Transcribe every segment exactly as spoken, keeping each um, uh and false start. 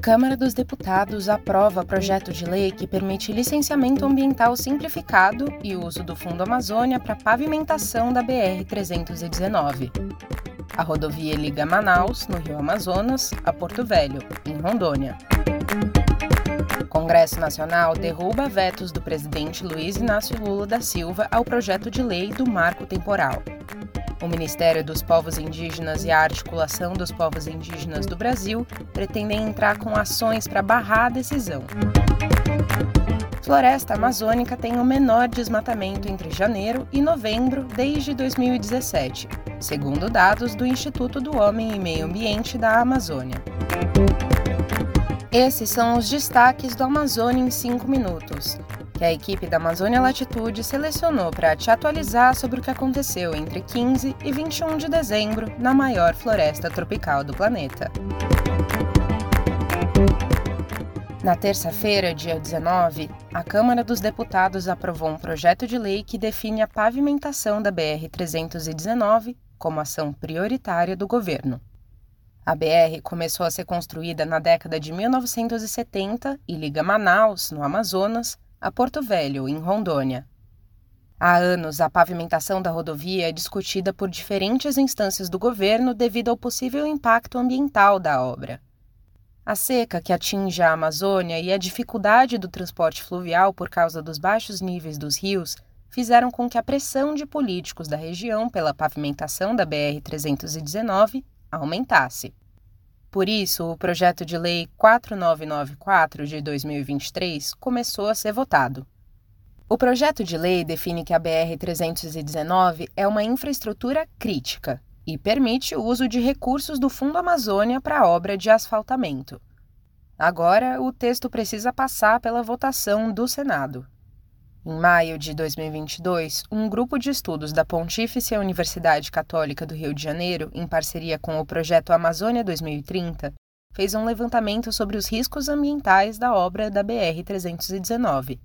Câmara dos Deputados aprova projeto de lei que permite licenciamento ambiental simplificado e uso do Fundo Amazônia para pavimentação da B R trezentos e dezenove. A rodovia liga Manaus, no Rio Amazonas, a Porto Velho, em Rondônia. O Congresso Nacional derruba vetos do presidente Luiz Inácio Lula da Silva ao projeto de lei do Marco Temporal. O Ministério dos Povos Indígenas e a Articulação dos Povos Indígenas do Brasil pretendem entrar com ações para barrar a decisão. Floresta Amazônica tem o menor desmatamento entre janeiro e novembro desde dois mil e dezessete, segundo dados do Instituto do Homem e Meio Ambiente da Amazônia. Esses são os destaques do Amazônia em cinco minutos, que a equipe da Amazônia Latitude selecionou para te atualizar sobre o que aconteceu entre quinze e vinte e um de dezembro na maior floresta tropical do planeta. Na terça-feira, dia dezenove, a Câmara dos Deputados aprovou um projeto de lei que define a pavimentação da B R trezentos e dezenove como ação prioritária do governo. A B R começou a ser construída na década de mil novecentos e setenta e liga Manaus, no Amazonas, a Porto Velho, em Rondônia. Há anos, a pavimentação da rodovia é discutida por diferentes instâncias do governo devido ao possível impacto ambiental da obra. A seca que atinge a Amazônia e a dificuldade do transporte fluvial por causa dos baixos níveis dos rios fizeram com que a pressão de políticos da região pela pavimentação da B R trezentos e dezenove aumentasse. Por isso, o projeto de lei quatro nove nove quatro de dois mil e vinte e três começou a ser votado. O projeto de lei define que a B R trezentos e dezenove é uma infraestrutura crítica e permite o uso de recursos do Fundo Amazônia para a obra de asfaltamento. Agora, o texto precisa passar pela votação do Senado. Em maio de dois mil e vinte e dois, um grupo de estudos da Pontífice Universidade Católica do Rio de Janeiro, em parceria com o projeto Amazônia dois mil e trinta, fez um levantamento sobre os riscos ambientais da obra da B R trezentos e dezenove.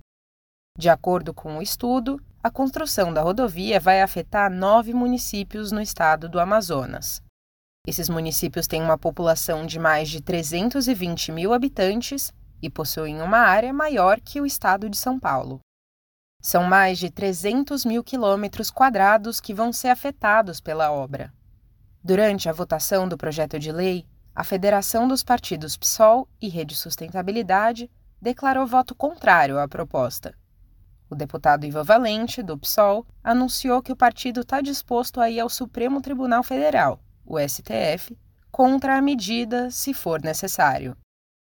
De acordo com o estudo, a construção da rodovia vai afetar nove municípios no estado do Amazonas. Esses municípios têm uma população de mais de trezentos e vinte mil habitantes e possuem uma área maior que o estado de São Paulo. São mais de trezentos mil quilômetros quadrados que vão ser afetados pela obra. Durante a votação do projeto de lei, a Federação dos Partidos PSOL e Rede Sustentabilidade declarou voto contrário à proposta. O deputado Ivan Valente, do PSOL, anunciou que o partido está disposto a ir ao Supremo Tribunal Federal, o S T F, contra a medida, se for necessário.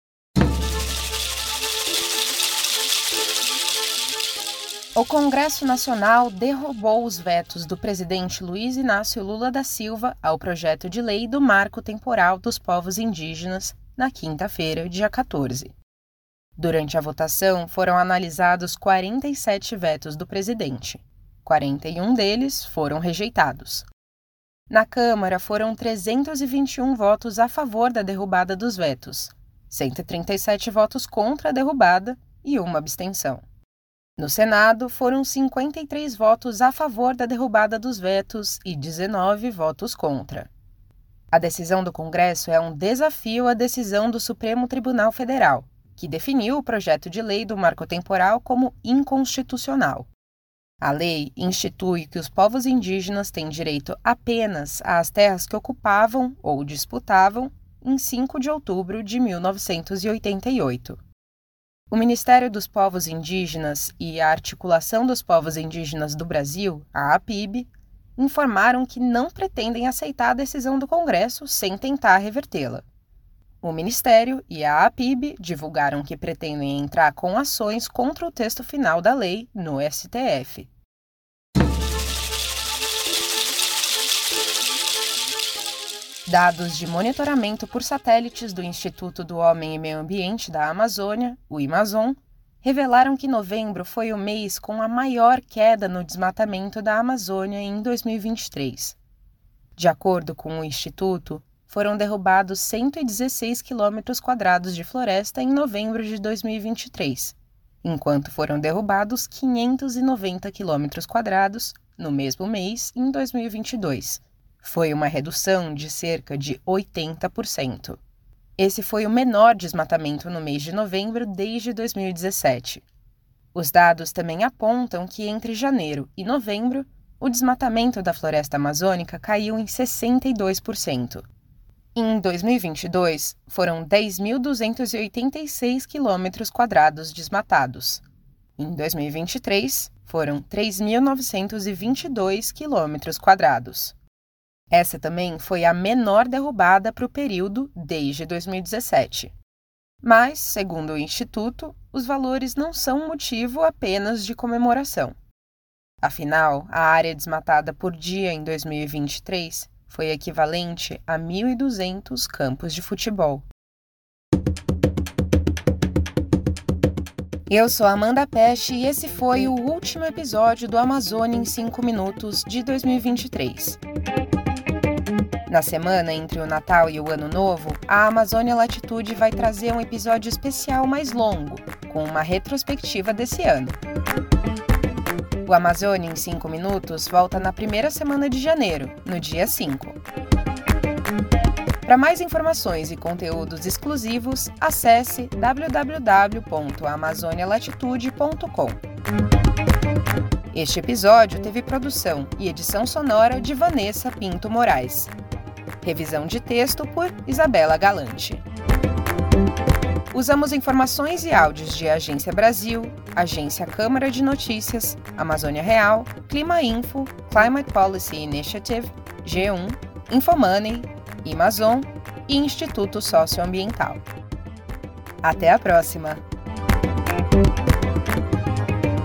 O Congresso Nacional derrubou os vetos do presidente Luiz Inácio Lula da Silva ao projeto de lei do Marco Temporal dos Povos Indígenas na quinta-feira, dia quatorze. Durante a votação, foram analisados quarenta e sete vetos do presidente. quarenta e um deles foram rejeitados. Na Câmara, foram trezentos e vinte e um votos a favor da derrubada dos vetos, cento e trinta e sete votos contra a derrubada e uma abstenção. No Senado, foram cinquenta e três votos a favor da derrubada dos vetos e dezenove votos contra. A decisão do Congresso é um desafio à decisão do Supremo Tribunal Federal, que definiu o projeto de lei do Marco Temporal como inconstitucional. A lei institui que os povos indígenas têm direito apenas às terras que ocupavam ou disputavam em cinco de outubro de mil novecentos e oitenta e oito. O Ministério dos Povos Indígenas e a Articulação dos Povos Indígenas do Brasil, a APIB, informaram que não pretendem aceitar a decisão do Congresso sem tentar revertê-la. O Ministério e a APIB divulgaram que pretendem entrar com ações contra o texto final da lei no S T F. Dados de monitoramento por satélites do Instituto do Homem e Meio Ambiente da Amazônia, o IMAZON, revelaram que novembro foi o mês com a maior queda no desmatamento da Amazônia em dois mil e vinte e três. De acordo com o Instituto, foram derrubados cento e dezesseis quilômetros quadrados de floresta em novembro de dois mil e vinte e três, enquanto foram derrubados quinhentos e noventa quilômetros quadrados no mesmo mês em dois mil e vinte e dois. Foi uma redução de cerca de oitenta por cento. Esse foi o menor desmatamento no mês de novembro desde dois mil e dezessete. Os dados também apontam que entre janeiro e novembro, o desmatamento da floresta amazônica caiu em sessenta e dois por cento. Em dois mil e vinte e dois, foram dez mil duzentos e oitenta e seis quilômetros quadrados desmatados. Em dois mil e vinte e três, foram três mil novecentos e vinte e dois quilômetros quadrados. Essa também foi a menor derrubada para o período desde dois mil e dezessete. Mas, segundo o Instituto, os valores não são motivo apenas de comemoração. Afinal, a área desmatada por dia em dois mil e vinte e três foi equivalente a mil e duzentos campos de futebol. Eu sou Amanda Peste e esse foi o último episódio do Amazônia em cinco minutos de dois mil e vinte e três. Na semana entre o Natal e o Ano Novo, a Amazônia Latitude vai trazer um episódio especial mais longo, com uma retrospectiva desse ano. O Amazônia em cinco minutos volta na primeira semana de janeiro, no dia cinco. Para mais informações e conteúdos exclusivos, acesse w w w ponto amazônia latitude ponto com. Este episódio teve produção e edição sonora de Vanessa Pinto Moraes. Revisão de texto por Isabela Galante. Usamos informações e áudios de Agência Brasil, Agência Câmara de Notícias, Amazônia Real, Clima Info, Climate Policy Initiative, G um, Infomoney, Amazon e Instituto Socioambiental. Até a próxima!